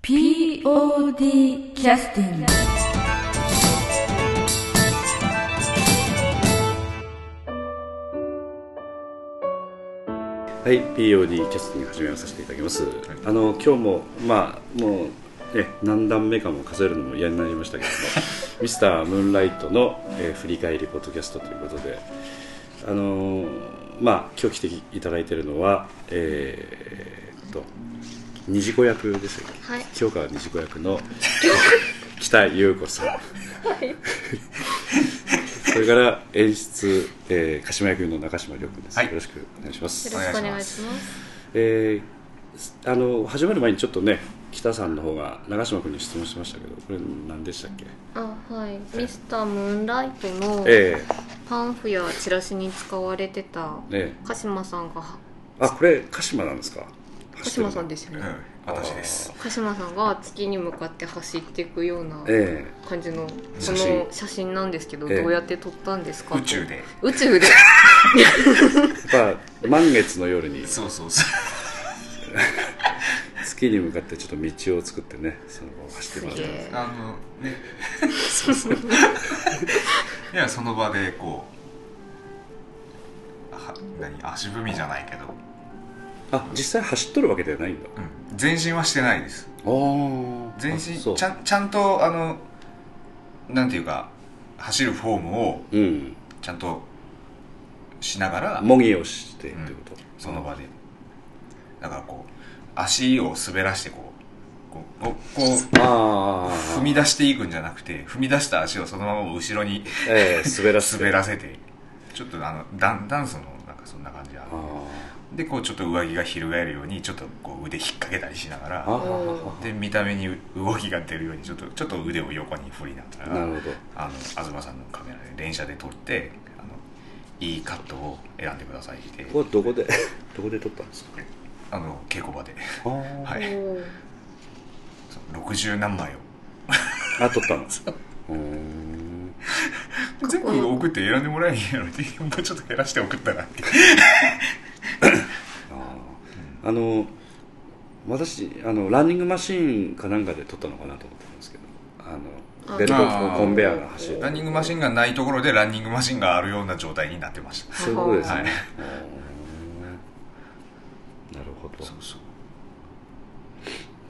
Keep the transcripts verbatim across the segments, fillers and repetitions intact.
ピーオーディー キャスティング。 はい、ピーオーディー キャスティング始めさせていただきます。はい、あの今日もまあもうね何段目かも数えるのも嫌になりましたけどもミスタームーンライトの、えー、振り返りポッドキャストということで、あのー、まあ今日来ていただいているのはえー、っと虹子役ですよね。はい、今日から虹子役の北優子さん。はい。それから演出、えー、鹿島役の中島亮君です、はい。よろしくお願いします。 よろしくお願いします。 えー、あの始まる前にちょっとね北さんの方が長嶋君に質問しましたけど、これ何でしたっけ？ あ、はい。ミスタームーンライトのパンフやチラシに使われてた鹿島さんが、 あ、これ鹿島なんですか？ 鹿島さんですよね。 うん、私です。 鹿島さんが月に向かって走っていくような感じの、えー、その写真なんですけど、えー、どうやって撮ったんですか？ 宇宙で。 宇宙で。 やっぱ満月の夜に。 そうそうそう。 月に向かってちょっと道を作ってね、その走ってもらってます。 あのね。そうそう。いやその場でこう、は何足踏みじゃないけど。 あ、実際走っとるわけではないんだ。 うん、前進はしてないです。 ああ。 前進ちゃんちゃんとあのなんていうか走るフォームをちゃんとしながら、 模擬をしてってこと、うん、 その場で。だからこう足を滑らしてこうこうこうあ踏み出していくんじゃなくて、踏み出した足をそのまま後ろに、 えー、滑らせて滑らせてちょっとあのダンダンスのなんかそんな感じで。でこうちょっと上着が翻るようにちょっとこう腕引っ掛けたりしながら、で見た目に動きが出るようにちょっとちょっと腕を横に振りながら、 なるほど、 あの東さんのカメラで連写で撮って、あのいいカットを選んでくださいって。 これどこでどこで撮ったんですか？ あの稽古場で。はい。ろくじゅう何枚をあ撮ったの。 全部送って選んでもらえへんやろって、もうちょっと減らして送ったらってあの私あのランニングマシーンかなんかで撮ったのかなと思ってたんですけど、あのベルトコンベヤーが走るランニングマシンがないところでランニングマシンがあるような状態になってました。 そういうことですね、はい、なるほど。 そうそう 、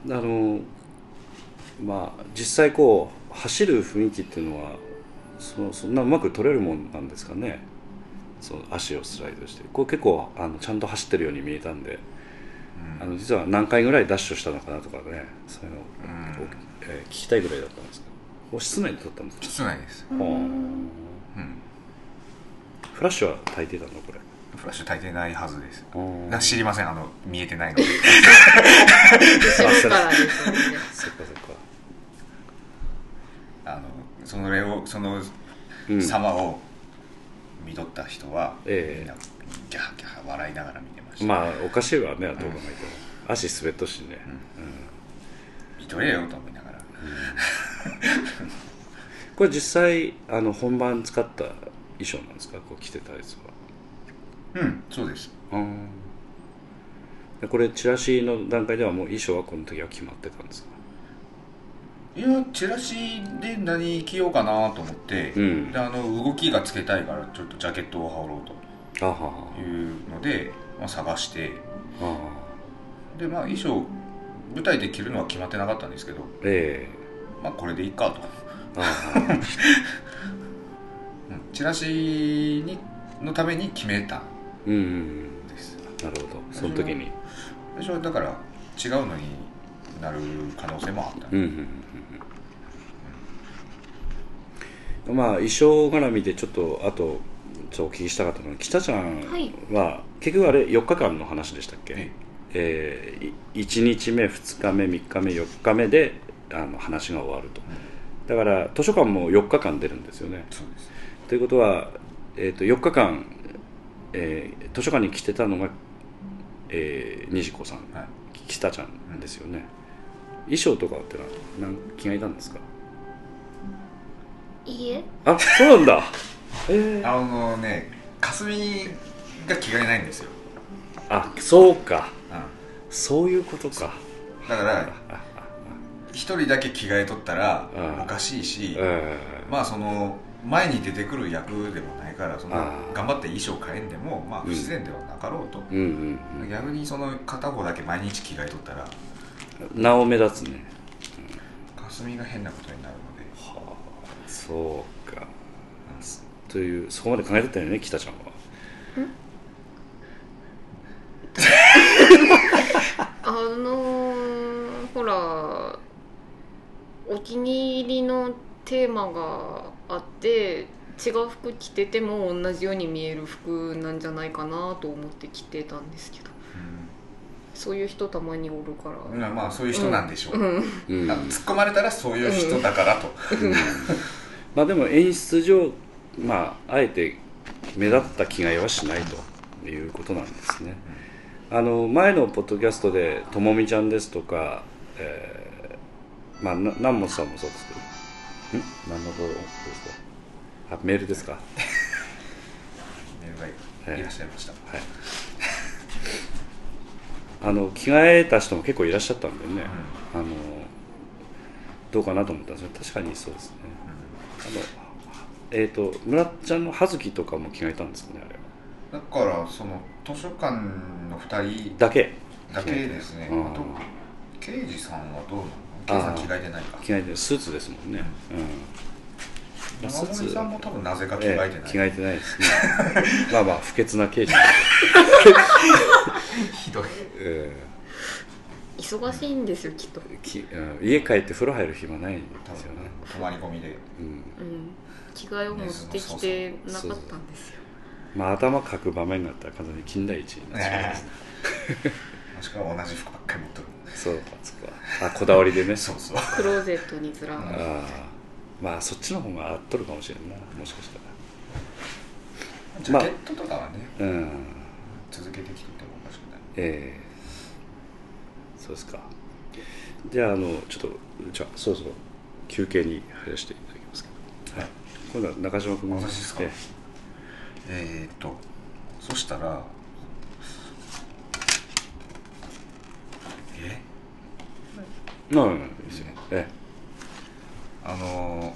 あのまあ実際こう走る雰囲気っていうのは そ, そんなうまく取れるもんなんですかね？その足をスライドしてこう結構あのちゃんと走ってるように見えたんで、うん、あの実は何回ぐらいダッシュしたのかなとかね、そういうのを、うんえー、聞きたいぐらいだったんですけど、室内で撮ったんですか？ 室内です。 うん、フラッシュは焚いてたの？これフラッシュ焚いてないはずです。知りません、あの見えてないので後ろからですよね。 そっかそっか。 あのそのれをその様を見とった人は、うん、えー、みんなギャハギャハ笑いながら見てました。 まあおかしいわね、どう考えても、うん、足滑っとしね、うんうん、 見とれよと思いながら、うん、 これ実際あの本番使った衣装なんですか？こう着てたやつは。 うん、そうです。 でこれチラシの段階ではもう衣装はこの時は決まってたんですか？ いやチラシで何着ようかなと思って、うん、であの動きがつけたいからちょっとジャケットを羽織ろうというので、まあ、探して、あでまあ衣装舞台で着るのは決まってなかったんですけど、えー、まあこれでいいかとあチラシにのために決めたんです、うんうん、 なるほど。その時に最初はだから違うのになる可能性もあった、うんうんうんうん、まあ衣装絡みでちょっとあとちょっとお聞きしたかったのは、北ちゃんは、はい、結局あれよっかかんの話でしたっけ？ええー、いちにちめふつかめみっかめよっかめであの話が終わると、うん、だから図書館もよっかかん出るんですよね。 そうです。 ということは、えー、とよっかかん、えー、図書館に来てたのが、えー、虹子さん、はい、北ちゃんですよね、うん、衣装とかってのは何気がいたんですか？ いいえ。 あ、そうなんだ。 えー、あのね、霞が着替えないんですよ。 あ、そうか、うん、そういうことか。 だから一人だけ着替えとったらおかしいし、まあその前に出てくる役でもないからその頑張って衣装変えんでもまあ不自然ではなかろうと、うんうんうん、逆にその片方だけ毎日着替えとったらなお目立つね、 うん、霞が変なことになるので、 はあ、そうか、というそこまで考えてたよね北ちゃんは。 あのー、ほらお気に入りのテーマがあって違う服着てても同じように見える服なんじゃないかなと思って着てたんですけど、うん、そういう人たまにおるから、 うん、まあそういう人なんでしょう、うんうん、突っ込まれたらそういう人だからと、うん、 まあでも演出上まああえて目立った着替えはしないということなんですね。あの前のポッドキャストでともみちゃんですとか、えー、まあ南本さんもそうですけど、ん何のことですか。あ、メールですか。 メールがいらっしゃいました、はいはい、 あの着替えた人も結構いらっしゃったんでね、うん、あのどうかなと思ったんですけど確かにそうですね、うん、あのえっ、ー、と村ちゃんの葉月とかも着替えたんですかねあれは。 だからその図書館のふたりだけだけですね。あと刑事さんはどうなの？刑事さん着替えてないか。 着替えてスーツですもんね。うん。 うん、山森さんも多分なぜか着替えてない。ええ、着替えてないですね。まあまあ不潔な刑事。 ひどい。 えー、忙しいんですよきっと。 き、うん、家帰って風呂入る暇ないんですよね。 泊まり込みで。 うん。うん、着替えを持ってきてなかったんですよ。 まあ、頭かく場面になったら完全に金田一になっちゃいますね。 もしくは同じ服ばっかり持ってる。 そうかそうか。あ、こだわりでね。 そうそう。 クローゼットにずら。ああ、まあそっちの方が合っとるかもしれんな。もしかしたら。ジャケットとかはね、 まあ、うん、 続けてきててもおかしくない。 ええー、そうですか。じゃああのちょっとじゃあそろそろ休憩に入らせていただきますけど。はい。今度は中島君。 私ですか。えーえー、っとそしたらえまあいいですよ、ええ、 あのあの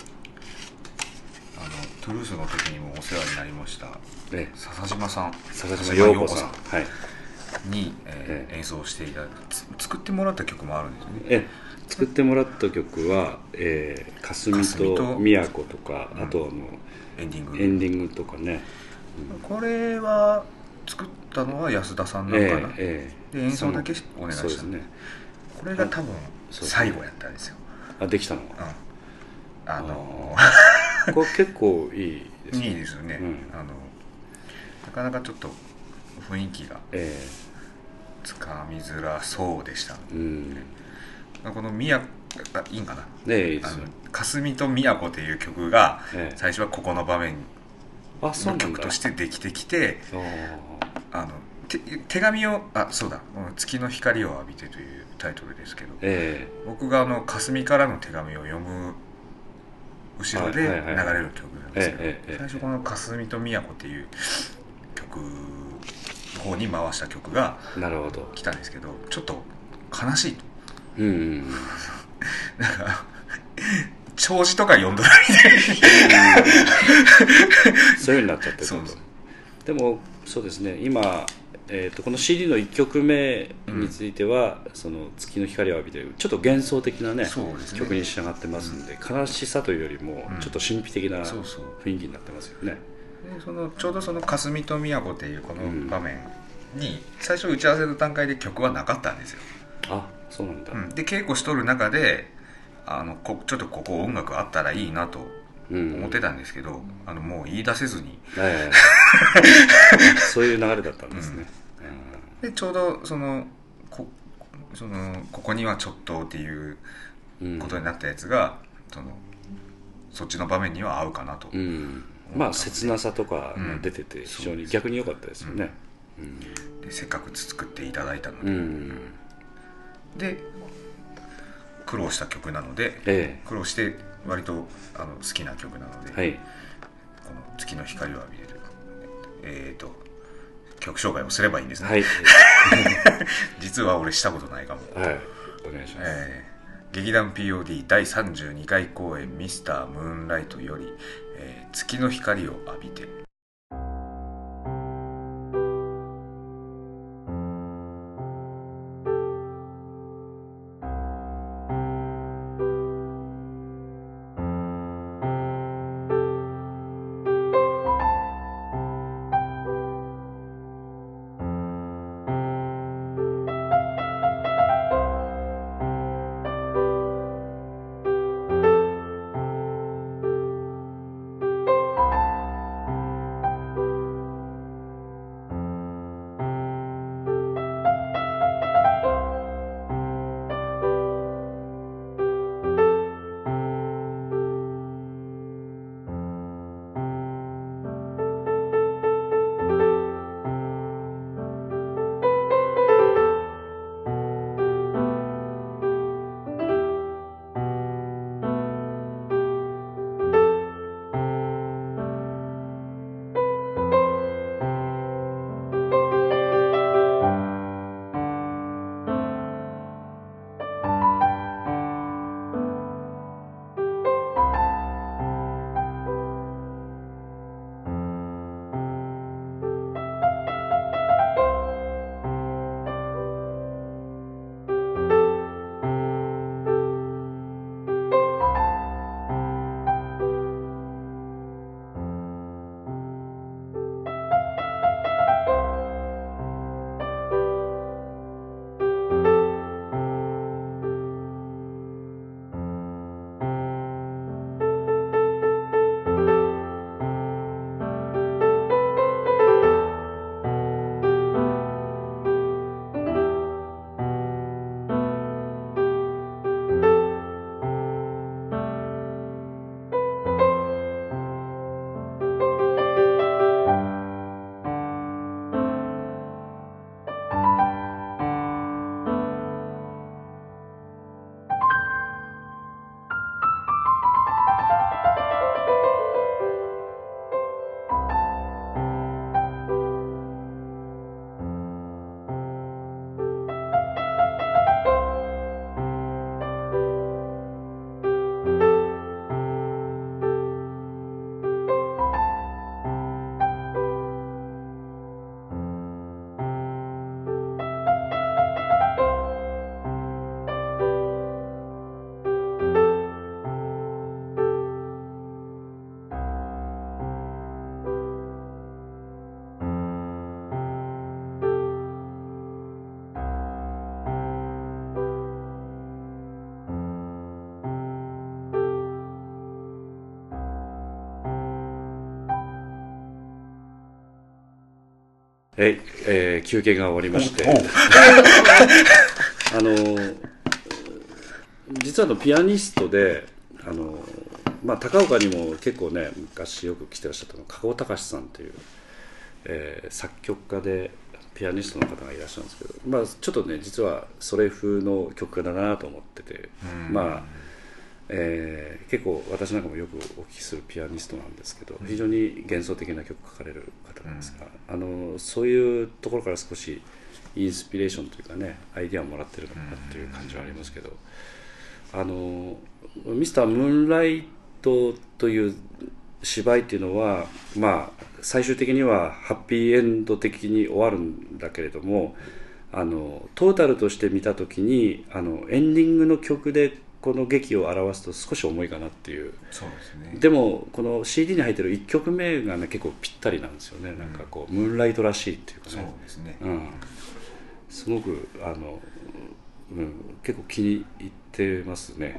トゥルースの時にもお世話になりました、ええ、笹島さん笹島陽子さん、はい、 に、えーええ、演奏していただいて作ってもらった曲もあるんですよね。 ええ作ってもらった曲は、えー、かすみとみやことか、うん、あとあのエンディングエンディングとかね、 うん、これは作ったのは安田さんなのかな、えーえー、で演奏だけお願いした、ね、これが多分最後やったんですよ。 あ、できたの、うん、 あのー、これ結構いいですね。 いいですよね、うん、あのなかなかちょっと雰囲気がつかみづらそうでした、うん、この宮いいんかな、 ね、いいですよ。 霞と宮子という曲が最初はここの場面の曲としてできてきて、あの手, 手紙をあそうだ月の光を浴びてというタイトルですけど、えー、僕があの霞からの手紙を読む後ろで流れる曲なんですけど、最初この霞と宮子っていう曲方に回した曲が来たんですけど、ちょっと悲しいと。うんうん、なんか弔辞とか読んどるみたいなそういう風になっちゃってる。そうそう。でもそうですね、今、えー、とこの シーディー のいっきょくめについては、うん、その月の光を浴びてるちょっと幻想的な、ねね、曲に仕上がってますんで、うん、悲しさというよりもちょっと神秘的な雰囲気になってますよね。 でそのちょうどその霞と宮子っていうこの場面に、最初打ち合わせの段階で曲はなかったんですよ。 あ、そうなんだ、うん、 で稽古しとる中であのこちょっとここ音楽あったらいいなと思ってたんですけど、うん、あのもう言い出せずに、えー、そういう流れだったんですね、 うん、でちょうどその こ, そのここにはちょっとっていうことになったやつが、うん、そのそっちの場面には合うかなと、うん、 まあ切なさとか出てて非常に逆に良かったですよね、 うんうん、でせっかく作っていただいたので、うんで苦労した曲なので、ええ、苦労して割とあの好きな曲なので、はい、この月の光を浴びれる、えーと曲紹介をすればいいんですね、はい、実は俺したことないかも、はい、 お願いします、えー、 劇団 ピーオーディー だいさんじゅうにかい公演ミスタームーンライトより、えー、月の光を浴びて。 ええー、休憩が終わりましてあの実はのピアニストであの、まあ、高岡にも結構ね昔よく来てらっしゃったの加護隆さんという、えー、作曲家でピアニストの方がいらっしゃるんですけど、まあ、ちょっとね実はそれ風の曲家だなと思ってて、まあえー、結構私なんかもよくお聞きするピアニストなんですけど非常に幻想的な曲書かれる方なんですが、あのそういうところから少しインスピレーションというかねアイディアをもらってるのかなっていう感じはありますけど、あのミスタームーンライトという芝居っていうのはまあ最終的にはハッピーエンド的に終わるんだけれども、あのトータルとして見た時にあのエンディングの曲でこの劇を表すと少し重いかなっていう。 そうですね。 でもこの シーディー に入ってるいっきょくめがね結構ぴったりなんですよね、うん、なんかこうムーンライトらしいっていうかね。 そうですね、 うん、すごくあの、うん、結構気に入ってますね、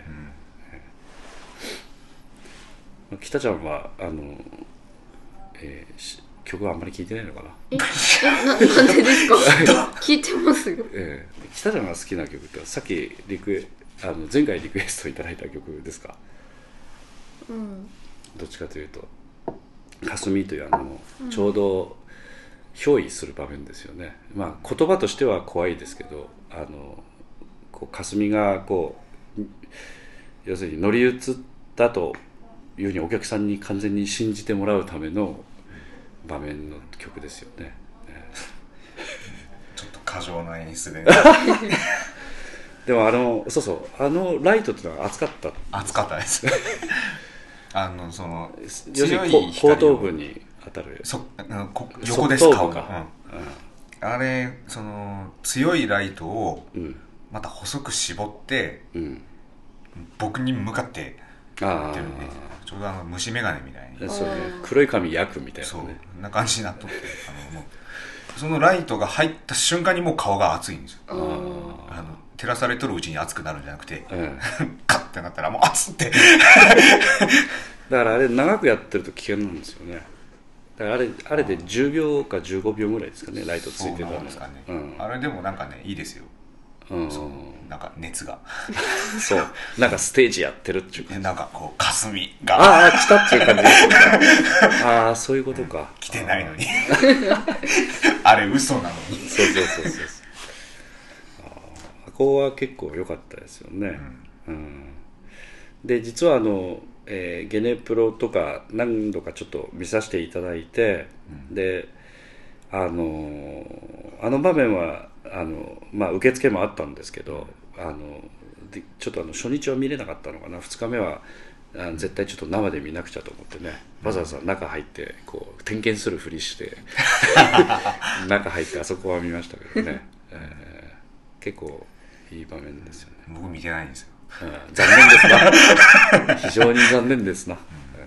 うん、北ちゃんはあの、えー、曲はあんまり聴いてないのかな。 ええ な, なんでですか聞いてますよ、 えー、北ちゃんが好きな曲ってさっきリクエあの前回リクエストいただいた曲ですか。 うん、 どっちかというと霞というあの、うん、ちょうど憑依する場面ですよね。まあ言葉としては怖いですけど、あのこう霞がこう要するに乗り移ったというふうにお客さんに完全に信じてもらうための場面の曲ですよね。 ちょっと過剰な演出で、ね、 でもあのそうそうあのライトってのは熱かった熱かったですあのその要するに後頭部に当たるそあのこ横です顔が、 うんうん、 あれその強いライトをまた細く絞って、 うん、 僕に向かってやってるんで、ちょうどあの虫眼鏡みたいにそう、ね、黒い髪焼くみたいな、ね、 そんな感じになっとってあのもうそのライトが入った瞬間にもう顔が熱いんですよ。あの照らされとるうちに熱くなるんじゃなくて、うん、カッてなったらもう熱ってだからあれ長くやってると危険なんですよね。だからあれあれでじゅうびょうかじゅうごびょうぐらいですかね、ライトついてたの。 そうなんですかね、うん、あれでもなんかねいいですよ、うん、そうなんか熱がそうなんかステージやってるっていうかなんかこう霞がああ来たっていう感じですかああそういうことか、うん、 来てないのにあれ嘘なのにそうそうそうそうあここは結構良かったですよね、うんうん、で実はあの、えー、ゲネプロとか何度かちょっと見させていただいて、うん、であのあの場面はあの、まあ、受付もあったんですけど、あのでちょっとあの初日は見れなかったのかな、ふつかめはあ絶対ちょっと生で見なくちゃと思ってね、わざわざ中入ってこう点検するふりして中入ってあそこは見ましたけどね、えー、結構いい場面ですよね。 僕見てないんですよ、 うん、残念ですな非常に残念ですな、うん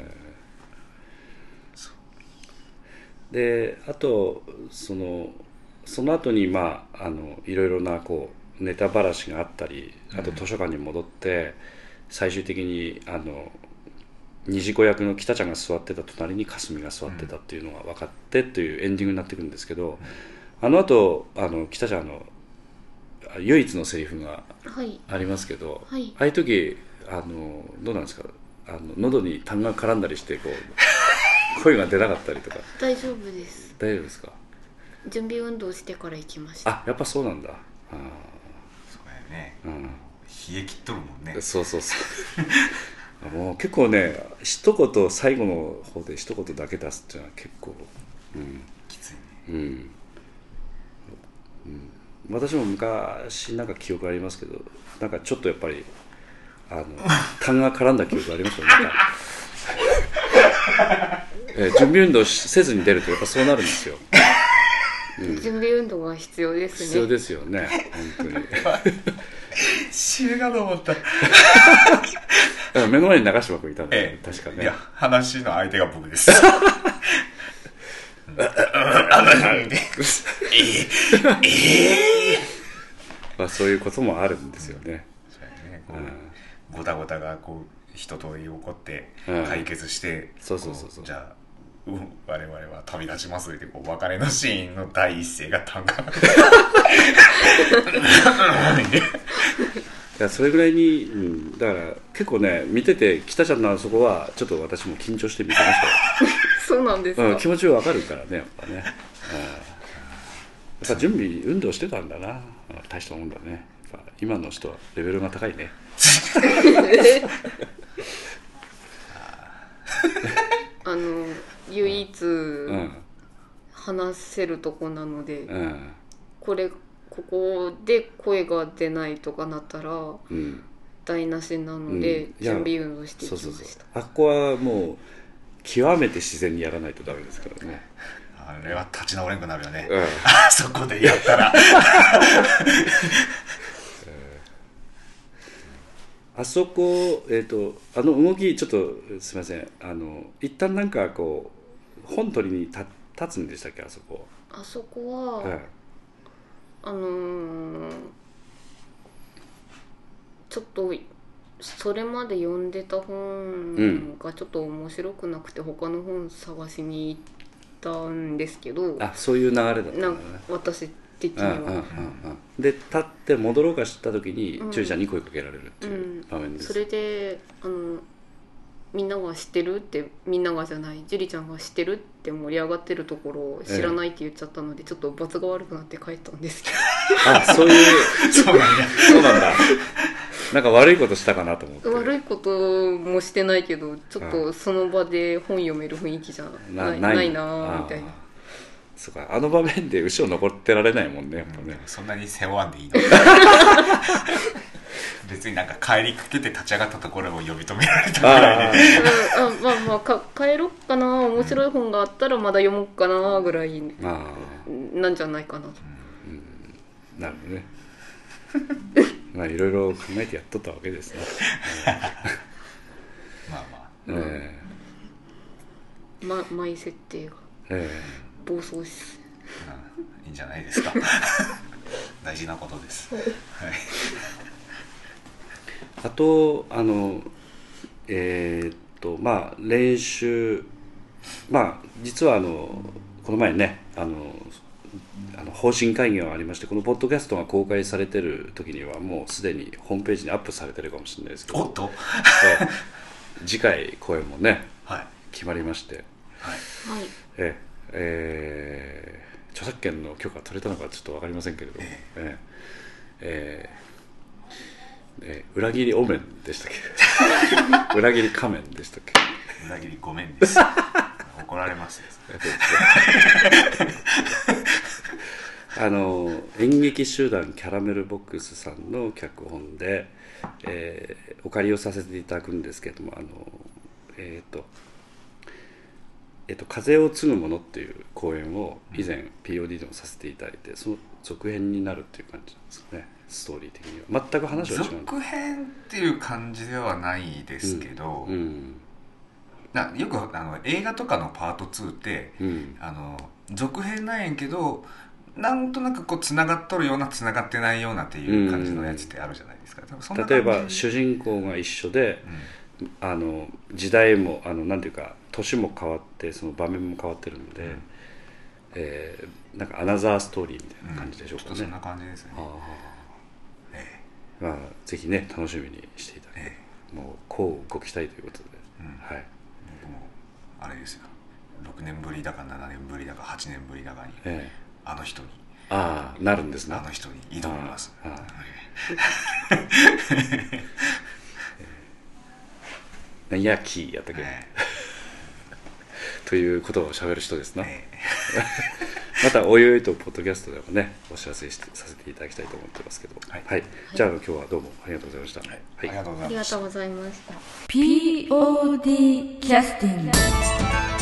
えー、であとそのその後にまああのいろいろなこうネタばらしがあったり、あと図書館に戻って、うん、最終的にあの虹子役の北ちゃんが座ってた隣に霞が座ってたっていうのが分かってっていうエンディングになってくるんですけど、うん、あの後あの北ちゃんの唯一のセリフがありますけど、はいはい、ああいう時あのどうなんですか、あの喉に痰が絡んだりしてこう声が出なかったりとか。 大丈夫です。 大丈夫ですか。 準備運動してから行きました。 あ、やっぱそうなんだ。あそうだよね、うん、冷え切っとるもんね。 そうそうそうもう結構ね一言最後の方で一言だけ出すっていうのは結構、うん、 きついね、 うんうん、私も昔なんか記憶ありますけど、なんかちょっとやっぱりあの痰が絡んだ記憶ありますよねえ準備運動せずに出るとやっぱそうなるんですよ、 うん、準備運動は必要ですね。 必要ですよね本当に死ぬかと思った目の前に長嶋君いたんで、ええ、確かね。 いや話の相手が僕ですまあそういうこともあるんですよね。 ごたごたがこう一通り起こって解決して、 そうそうそうそう。 じゃあうん、我々は旅立ちますってこう別れのシーンの第一声が単価いやそれぐらいに、うん、だから結構ね見てて北ちゃんのあそこはちょっと私も緊張して見てましたよそうなんですか、 うん、気持ちわかるからねやっぱね、やっぱ準備運動してたんだな、大したもんだね。やっぱ今の人はレベルが高いねあの唯一話せるとこなので、うん、これここで声が出ないとかなったら、うん、台無しなので、うん、準備運動していきました。そうそうそう、 あっこはもう極めて自然にやらないとダメですからね。 あれは立ち直れんくなるよね、うん、あそこでやったらあそこ、えーと、あの動きちょっとすみません、あの一旦なんかこう本取りに立つんでしたっけ、あそこ。 あそこは、はい、あのー、ちょっとそれまで読んでた本がちょっと面白くなくて、うん、他の本探しに行ったんですけど。 あ、そういう流れだったんだね、 私的には。うんうんうんうん、 で立って戻ろうかした時に樹里ちゃんに声かけられるっていう場面です、 うんうん、それであのみんなが知ってるってみんながじゃない樹里ちゃんが知ってるって盛り上がってるところを知らないって言っちゃったので、ええ、ちょっと罰が悪くなって帰ったんですけどあ、そういうそうなんだそうなんだなんか悪いことしたかなと思って。 悪いこともしてないけどちょっとその場で本読める雰囲気じゃないな、ないなみたいな。 そうか、あの場面で後ろ残ってられないもんね、やっぱね、 うん、そんなに背負わんでいいの別になんか帰りかけて立ち上がったところを呼び止められたぐらいでああまあまあか帰ろっかな、面白い本があったらまだ読もうかなぐらいなんじゃないかなと、 うんうん、なるほどねまあいろいろ考えてやっとったわけですねまあまあ、 えーま、マイ設定が暴走し、 いいんじゃないですか大事なことです、はい、 あとあのえー、っとまあ練習まあ実はあのこの前ねあのあの方針会議がありまして、このポッドキャストが公開されてる時にはもうすでにホームページにアップされてるかもしれないですけど、 おっと次回公演もね、 はい、 決まりまして、 はいええー、著作権の許可取れたのかちょっと分かりませんけれども、えええーえー、裏切りお面でしたっけ裏切り仮面でしたっけ裏切りごめんです怒られますよあの演劇集団キャラメルボックスさんの脚本で、えー、お借りをさせていただくんですけれども、あのえっ、ー、とえっ、ー、と風を継ぐものっていう公演を以前 ピーオーディー でもさせていただいて、その続編になるっていう感じなんですね、ストーリー的には。全く話は違う。 続編っていう感じではないですけど、うんうん、なよくあの映画とかのパートツーって、うん、あの続編なんやけどなんとなくこうつながっとるようなつながってないようなっていう感じのやつってあるじゃないですか。多分そんな例えば主人公が一緒で、うん、あの時代もあのなんていうか年も変わってその場面も変わってるので、うん、えー、なんかアナザーストーリーみたいな感じでしょうかね、うん、 そんな感じですね。あ、 えー、まあ、ぜひね楽しみにしていただいて、えー、もうこうご期待ということで、うん、はい、 僕もあれですよ、ろくねんぶりだかななねんぶりだかはちねんぶりだかに、えーあの人にああなるんですね。 あの人に挑みます。ああ何やキーやったっけ、えー、ということを喋る人ですな、えー、またおいおいとポッドキャストでもねお知らせしてさせていただきたいと思ってますけど、はい、はい、じゃあ今日はどうもありがとうございました。はい、はい、 ありがとうございました。 ピーオーディー キャスティング